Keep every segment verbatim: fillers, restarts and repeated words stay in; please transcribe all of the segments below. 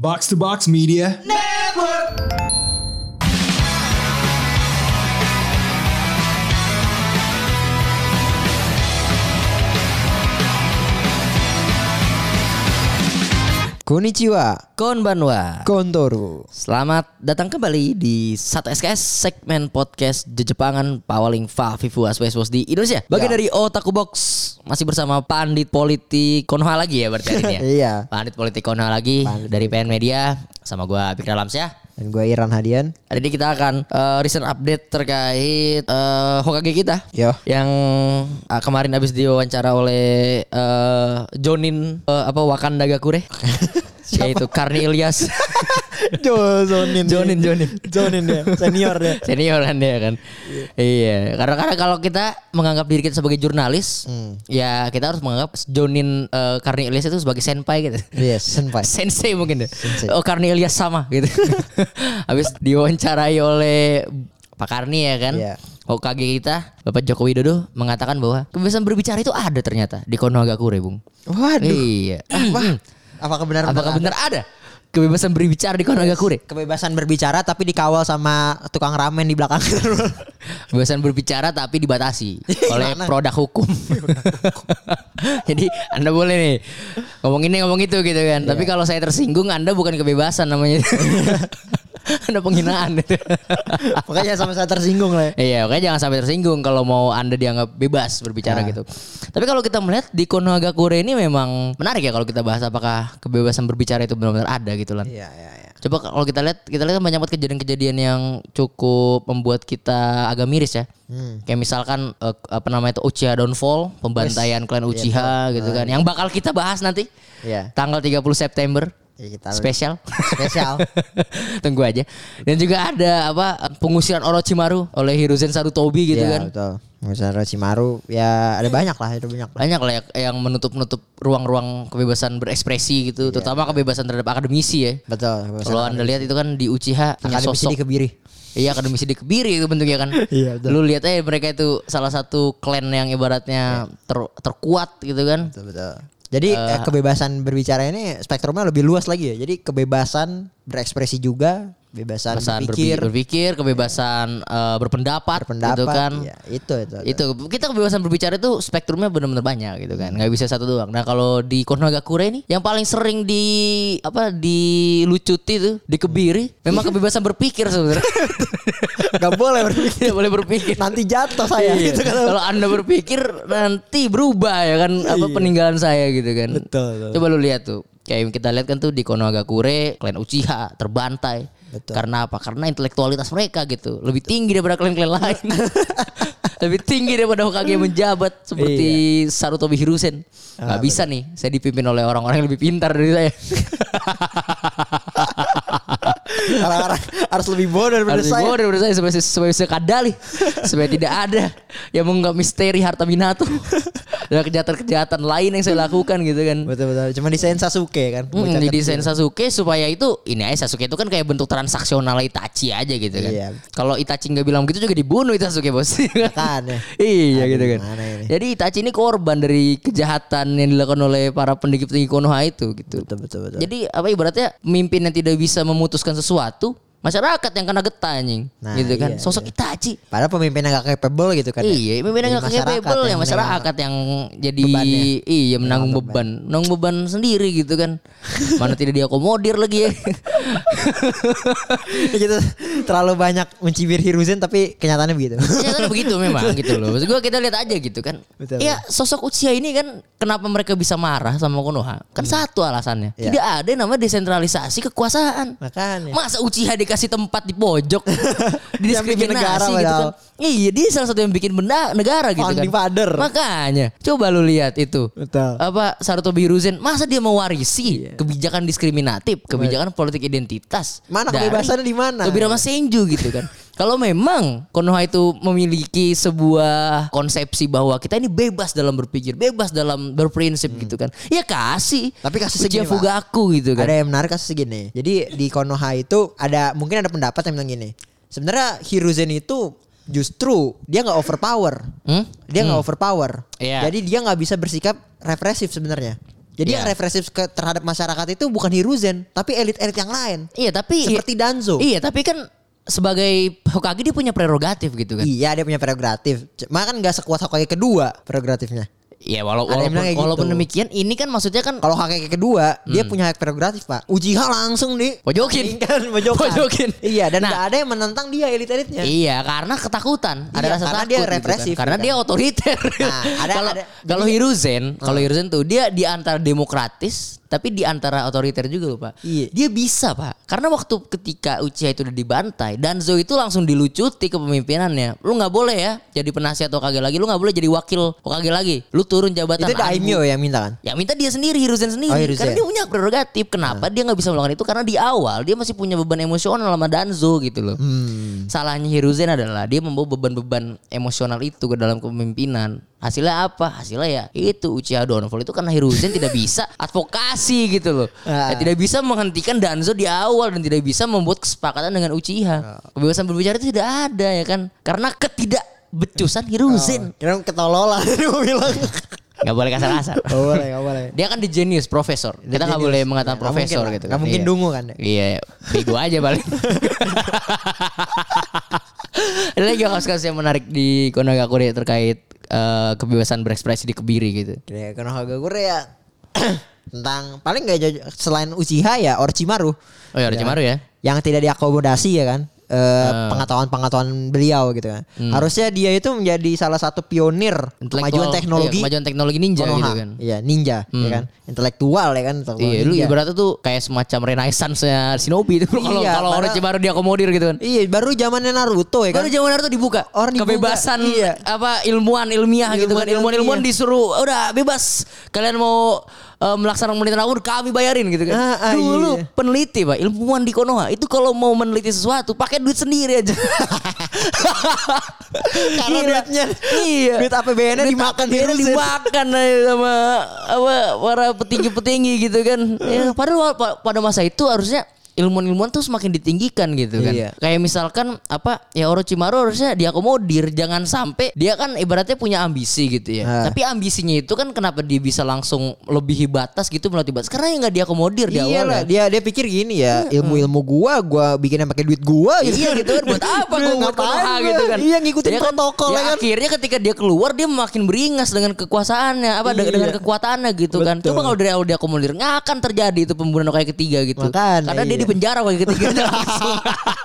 Box to Box Media Network. Konnichiwa, Konbanwa, Kontoru. Selamat datang kembali di satu S K S segmen podcast Jepangan paling favifu aswes di Indonesia. Bagian Ya. dari Otaku Box masih bersama Pandit Politik Konoha lagi ya berarti hari ini ya. Iya. Pandit Politik Konoha lagi Pandit dari P N Media sama gue Fikra Lamsyah. Dan gue Iran Hadian. Hari ini kita akan uh, recent update terkait uh, Hokage kita Yo. yang uh, kemarin habis diwawancara oleh uh, Jonin uh, apa Wakanda Gakure. Yaitu Karni Ilyas. Jo, Jonin. Jonin Jonin Jonin dia, senior dia. Senior kan dia kan. Iya, karena karena kalau kita menganggap diri kita sebagai jurnalis, Hmm. ya kita harus menganggap Jonin uh, Karni Ilyas itu sebagai senpai gitu. Yes, senpai. Sensei mungkin deh. Sensei. Oh, Karni Ilyas sama gitu. Habis diwawancarai oleh Pak Karni ya kan. Iya. Hokage kita Bapak Joko Widodo mengatakan bahwa kebebasan berbicara itu ada ternyata di Konohagakure, Bung. Waduh. Iya. Wah, apakah benar Apakah benar ada kebebasan berbicara di Konohagakure? kebebasan berbicara tapi dikawal sama tukang ramen di belakang? Kebebasan berbicara tapi dibatasi oleh Gimana? produk hukum. Jadi Anda boleh nih ngomong ini ngomong itu gitu kan. Tapi kalau saya tersinggung Anda bukan kebebasan namanya. Anda penghinaan itu. Makanya sama saya tersinggung lah. Iya, makanya jangan sampai tersinggung kalau mau Anda dianggap bebas berbicara Ya. gitu. Tapi kalau kita melihat di Konohagakure ini memang menarik ya kalau kita bahas apakah kebebasan berbicara itu benar-benar ada gitu lah. Iya, iya, iya. Coba kalau kita lihat, kita lihat kan banyak banget kejadian-kejadian yang cukup membuat kita agak miris ya. Hmm. Kayak misalkan eh, apa namanya itu Uchiha Downfall, pembantaian klan Uchiha gitu kan. Yang bakal kita bahas nanti Iya. tanggal tiga puluh September. Ya, kita Spesial. spesial. Tunggu aja. Dan juga ada apa pengusiran Orochimaru oleh Hiruzen Sarutobi gitu Iya, kan. betul. Misalnya Orochimaru ya ada banyak lah, ada banyak lah. Banyak lah ya- yang menutup-nutup ruang-ruang kebebasan berekspresi gitu, terutama kebebasan terhadap akademisi ya. Betul. Kalau Anda lihat itu kan di Uchiha punya akademisi sosok di Kebiri. Iya, akademisi di Kebiri itu bentuknya kan. Iya, betul. Lu lihat aja mereka itu salah satu klan yang ibaratnya ter- terkuat gitu kan. Betul, betul. Jadi eh, kebebasan berbicara ini spektrumnya lebih luas lagi ya. Jadi kebebasan berekspresi juga, kebebasan Kebebasan berpikir, berpikir, berpikir kebebasan eh, berpendapat, berpendapat, gitu kan. ya, itu, itu itu. Itu kita kebebasan berbicara itu spektrumnya benar-benar banyak gitu kan. Nggak bisa satu doang. Nah, kalau di Konohagakure ini yang paling sering di apa dilucuti tuh, dikebiri, memang kebebasan berpikir sebenarnya. Gak boleh berpikir. Tidak boleh berpikir. Nanti jatuh saya Iya. gitu kan. Kalau Anda berpikir nanti berubah ya kan apa peninggalan saya gitu kan. Betul, betul. Coba lu lihat tuh. Kayak kita lihat kan tuh di Konohagakure klan Uchiha terbantai. Betul. Karena apa? Karena intelektualitas mereka gitu lebih tinggi daripada klan-klan lain. Lebih tinggi daripada Hokage yang menjabat seperti Sarutobi Hiruzen. Gak bisa nih saya dipimpin oleh orang-orang yang lebih pintar dari saya. Orang-orang harus lebih bodoh daripada Harus saya. dibawa daripada saya supaya, supaya bisa kadali. Supaya tidak ada yang mengungkap misteri harta Minato. Dan kejahatan-kejahatan lain yang saya lakukan gitu kan. Betul betul. Cuma desain Sasuke kan. Hmm, Bocah didesain kecil. Sasuke supaya itu ini aja Sasuke itu kan kayak bentuk transaksional Itachi aja gitu kan. Iya. Kalau Itachi nggak bilang begitu juga dibunuh itu Sasuke bos. Kan ya. Iya Aduh, gitu kan. gimana ini? Jadi Itachi ini korban dari kejahatan yang dilakukan oleh para pendekar-pendekar Konoha itu gitu. Betul betul betul. Jadi apa ibaratnya pemimpin yang tidak bisa memutuskan sesuatu, masyarakat yang kena getah anjing. Nah, gitu kan. iya, Sosok iya. Itachi. Padahal pemimpin yang gak capable gitu kan. ya. Iya, pemimpin yang Jadi gak masyarakat capable yang yang masyarakat yang jadi bebannya. iya menanggung Menanggung beban, menanggung beban sendiri gitu kan. Mana tidak diakomodir lagi ya. Kita terlalu banyak mencibir Hiruzen tapi kenyataannya begitu. Ternyata begitu memang gitu loh. Maksud gue kita lihat aja gitu kan. Betul, Ya sosok Uchiha ini kan kenapa mereka bisa marah sama Konoha? Kan satu alasannya. Iya. Tidak ada yang namanya desentralisasi kekuasaan. Makanya. Masa Uchiha dikasih tempat di pojok, Yang bikin negara didiskriminasi gitu padahal. kan? Iya, dia salah satu yang bikin benda negara gitu Founding kan. father. Makanya, coba lu lihat itu. Betul. Apa Sarutobi Hiruzen, masa dia mewarisi kebijakan diskriminatif, kebijakan politik identitas? Mana dari kebebasannya di mana? Tobirama Senju gitu kan. Kalau memang Konoha itu memiliki sebuah konsepsi bahwa kita ini bebas dalam berpikir, bebas dalam berprinsip gitu kan. Ya kasih. Tapi kasus Uchiha segini, Pak. Fugaku gitu kan. Ada yang menarik kasus segini. Jadi di Konoha itu ada mungkin ada pendapat yang bilang gini. Sebenarnya Hiruzen itu justru dia nggak overpower. Hmm? Dia nggak overpower. Iya. Jadi dia nggak bisa bersikap represif sebenarnya. Jadi Iya. yang represif ke, terhadap masyarakat itu bukan Hiruzen, tapi elit-elit yang lain. Iya, tapi Seperti Danzo. Iya, tapi kan sebagai Hokage dia punya prerogatif gitu kan. Iya, dia punya prerogatif. Cuma kan nggak sekuat Hokage kedua prerogatifnya. Iya, walau, Ada walaupun yang bilang kayak walaupun gitu. demikian ini kan maksudnya kan Kalau Hokage kedua, dia punya hak prerogatif, Pak. Uchiha langsung di Pojokin. kan pojokan. Pojokin. Iya, dan Nah. nggak ada yang menentang dia elit-elitnya. Iya, karena ketakutan. Ada Iya, rasa karena takut dia gitu kan. represif, Karena kan. dia otoriter. Nah, ada- Kalau ada- kalau Hiruzen, kalau Hiruzen tuh dia di antara demokratis tapi di antara otoriter juga loh, Pak. Iya. Dia bisa, Pak. Karena waktu ketika Uchiha itu udah dibantai, Danzo itu langsung dilucuti kepemimpinannya. Lu nggak boleh ya jadi penasihat Hokage lagi, lu nggak boleh jadi wakil Hokage lagi. Lu turun jabatan. Itu daimyo yang minta kan? Yang minta dia sendiri, Hiruzen sendiri. Oh, Hiruzen. Karena dia punya prerogatif. Kenapa dia nggak bisa melakukan itu? Karena di awal dia masih punya beban emosional sama Danzo gitu loh. Hmm. Salahnya Hiruzen adalah dia membawa beban-beban emosional itu ke dalam kepemimpinan. Hasilnya apa? Hasilnya ya itu Uchiha downfall itu karena Hiruzen tidak bisa advokasi gitu loh. Ah. Dan tidak bisa menghentikan Danzo di awal dan tidak bisa membuat kesepakatan dengan Uchiha. Kebebasan berbicara itu tidak ada ya kan? Karena ketidakbecusan Hiruzen. Kira ketololan dia mau bilang. Gak boleh kasar-kasar. Gak boleh, gak boleh. Dia kan di genius, profesor. Kita nggak Genius. boleh mengatakan Nggak profesor mungkin lah. gitu. Nggak mungkin Iya. dungu kan. Iya, bego aja paling. Ada lagi kasus-kasus yang menarik di Konogakure terkait eh, kebebasan berekspresi di Kebiri gitu. Ya kan Hokage ya tentang paling nggak jauh selain Uchiha ya Orochimaru. Oh ya, Orochimaru ya. Yang tidak diakomodasi ya kan. Eh, pengetahuan-pengetahuan beliau gitu kan. Harusnya dia itu menjadi salah satu pionir kemajuan Intelektual, teknologi. iya, kemajuan teknologi ninja Konoha. gitu kan. Iya, ninja ya kan. Intelektual ya kan. intelektual Iya, lu ninja. ibaratnya tuh kayak semacam renaissance-nya Shinobi itu kalau Iya, kalau padahal- Orochimaru diakomodir gitu kan. Iya, baru zamannya Naruto ya kan. Baru zaman Naruto dibuka. Orang dibuka, kebebasan iya. apa ilmuwan ilmiah gitu kan. Ilmuwan Ilmuwan-ilmuwan ilmiah. disuruh udah bebas. Kalian mau eh, melaksanakan penelitian apapun kami bayarin gitu kan. Ah, ah, Dulu iya. peneliti, Pak, ilmuwan di Konoha itu kalau mau meneliti sesuatu pakai duit sendiri aja. Karena Gila. duitnya iya. duit A P B N-nya Duit dimakan A P B N-nya Hiruzen. dimakan aja sama apa para petinggi-petinggi gitu kan. Ya, padahal pa- pada masa itu harusnya ilmuwan-ilmuwan tuh semakin ditinggikan gitu kan. Iya. Kayak misalkan apa ya Orochimaru harusnya diakomodir, jangan sampai dia kan ibaratnya punya ambisi gitu ya. Ah. Tapi ambisinya itu kan kenapa dia bisa langsung lebihi batas gitu melewati batas? Karena yang nggak diakomodir di Iya lah, awal. dia dia pikir gini ya, ilmu-ilmu gua gua bikin yang pakai duit gua gitu. Iya gitu kan, buat apa gue buat Ngapain Konoha gua? gitu kan. Iya, ngikutin Dia kan- protokol ya ya kan. akhirnya ketika dia keluar dia makin beringas dengan kekuasaannya apa Iya. dengan kekuatannya gitu kan. Betul. Coba kalau dari awal dia akomodir nggak akan terjadi itu pembunuhan Hokage ketiga gitu. Makanya, Karena dia iya. di penjara Hokage ketiga langsung.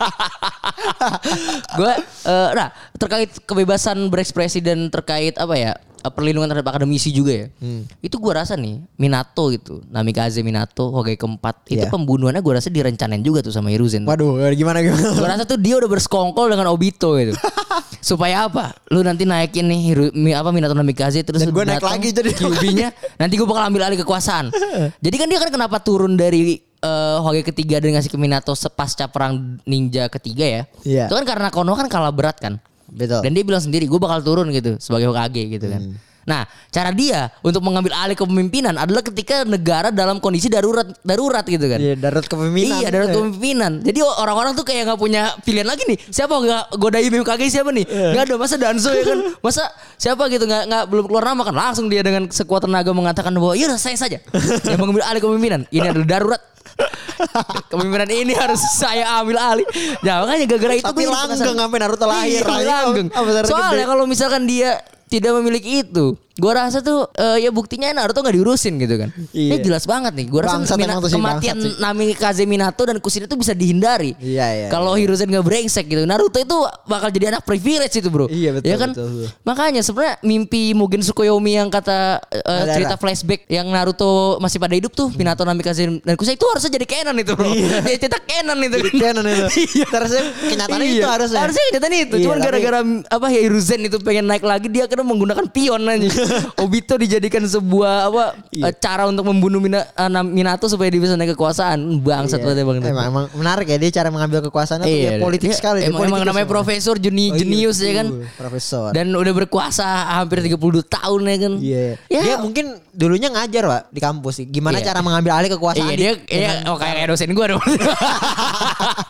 Gue eh, nah terkait kebebasan berekspresi dan terkait apa ya eh, perlindungan terhadap akademisi juga ya. Hmm. Itu gue rasa nih Minato gitu, Namikaze Minato Hokage keempat itu Iya. pembunuhannya gue rasa direncanain juga tuh sama Hiruzen. Waduh, gimana gimana? Gue rasa tuh dia udah bersekongkol dengan Obito gitu. Supaya apa? Lu nanti naikin nih Hiru, mi, apa Minato Namikaze terus Dan gua naik datang lagi jadi Kyuubi-nya. Nanti gue bakal ambil alih kekuasaan. Jadi kan dia kan kenapa turun dari eh, Hokage ketiga dan ngasih ke Minato sepasca perang ninja ketiga ya. Iya. Itu kan karena Konoha kan kalah berat kan. Betul. Dan dia bilang sendiri gue bakal turun gitu sebagai Hokage gitu kan. Hmm. Nah, cara dia untuk mengambil alih kepemimpinan adalah ketika negara dalam kondisi darurat darurat gitu kan. Iya, darurat kepemimpinan. Iya, darurat kepemimpinan. Jadi orang-orang tuh kayak nggak punya pilihan lagi nih. Siapa nggak Godai Hokage siapa nih? Nggak ada, masa Danzo ya kan? Masa siapa gitu nggak nggak belum keluar nama kan? Langsung dia dengan sekuat tenaga mengatakan bahwa iya saya saja yang mengambil alih kepemimpinan. Ini adalah darurat. Kepemimpinan ini harus saya ambil alih. Nah, makanya gara-gara itu Tapi gua jadi langgeng penasaran. sampai Naruto lahir. Iya, langgeng. Apa besar Soalnya gede. kalau misalkan dia tidak memiliki itu, gua rasa tuh eh, ya buktinya Naruto nggak diurusin gitu kan. Iya. Ini jelas banget nih. Gua rasa Bangsat Mina- emang tuh si kematian bangsat sih. Namikaze Minato dan Kushina itu bisa dihindari. Iya, iya, Kalau Hiruzen nggak brengsek gitu, Naruto itu bakal jadi anak privilege itu bro. Iya, betul, Ya kan? betul, betul. Makanya sebenarnya mimpi Mugen Tsukuyomi yang kata eh, Ada, cerita ada. flashback yang Naruto masih pada hidup tuh, Minato Namikaze dan Kushina itu harusnya jadi canon itu bro. Dia cerita canon itu. Jadi canon itu. Harusnya kenyataannya Iya. itu harusnya. Harusnya kenyataan itu. Iya, Cuman tapi- gara-gara apa Hiruzen itu pengen naik lagi dia akhirnya menggunakan pion aja. Obito dijadikan sebuah apa Iya. eh, cara untuk membunuh Mina, eh, Nam- Minato supaya dia bisa naik kekuasaan. Bangsat Iya. banget emang. Emang, emang menarik ya dia cara mengambil kekuasaan itu ya politik dia- sekali. dia Emang, emang politik namanya semua. profesor jeni, Oh, iya, jenius ya kan. betul. Profesor. Dan udah berkuasa hampir tiga puluh dua tahun ya kan. Iya. Ya. Dia mungkin dulunya ngajar Pak di kampus sih. Gimana Iya. cara mengambil alih kekuasaan. Iya di- dia iya, dengan- oh kayak kayak dosen gue dong.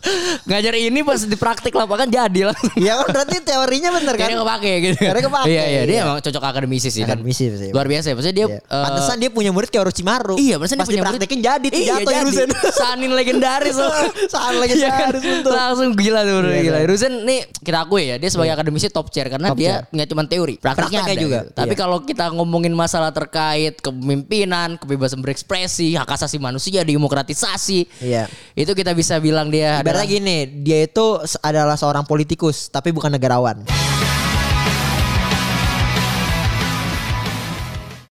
Ngajar ini pas di praktik lapangan jadi langsung. Iya kan berarti teorinya bener kan? Kayaknya kepake gitu. Kayaknya kepake. Iya iya dia Iya. emang cocok akademisi sih kan. Akademisi sih. Luar biasa ya. Maksudnya dia Iya. eh, Pantesan dia punya murid kayak Orochimaru. Iya, pantesan dia Pas punya murid. dipraktekin jadi tuh Iya, jatuh jadi. Hiruzen. Sanin legendaris loh. Sanin legendaris, Iya betul. Langsung gila tuh Iya, gila. kan? Hiruzen nih kita akui ya, dia sebagai akademisi top chair karena Top dia chair. nggak cuma teori, praktiknya Prakteknya ada juga. gitu. Tapi Iya. kalau kita ngomongin masalah terkait kepemimpinan, kebebasan berekspresi, hak asasi manusia, demokratisasi, Iya. itu kita bisa bilang dia Ibaratnya adalah gini, dia itu adalah seorang politikus tapi bukan negarawan.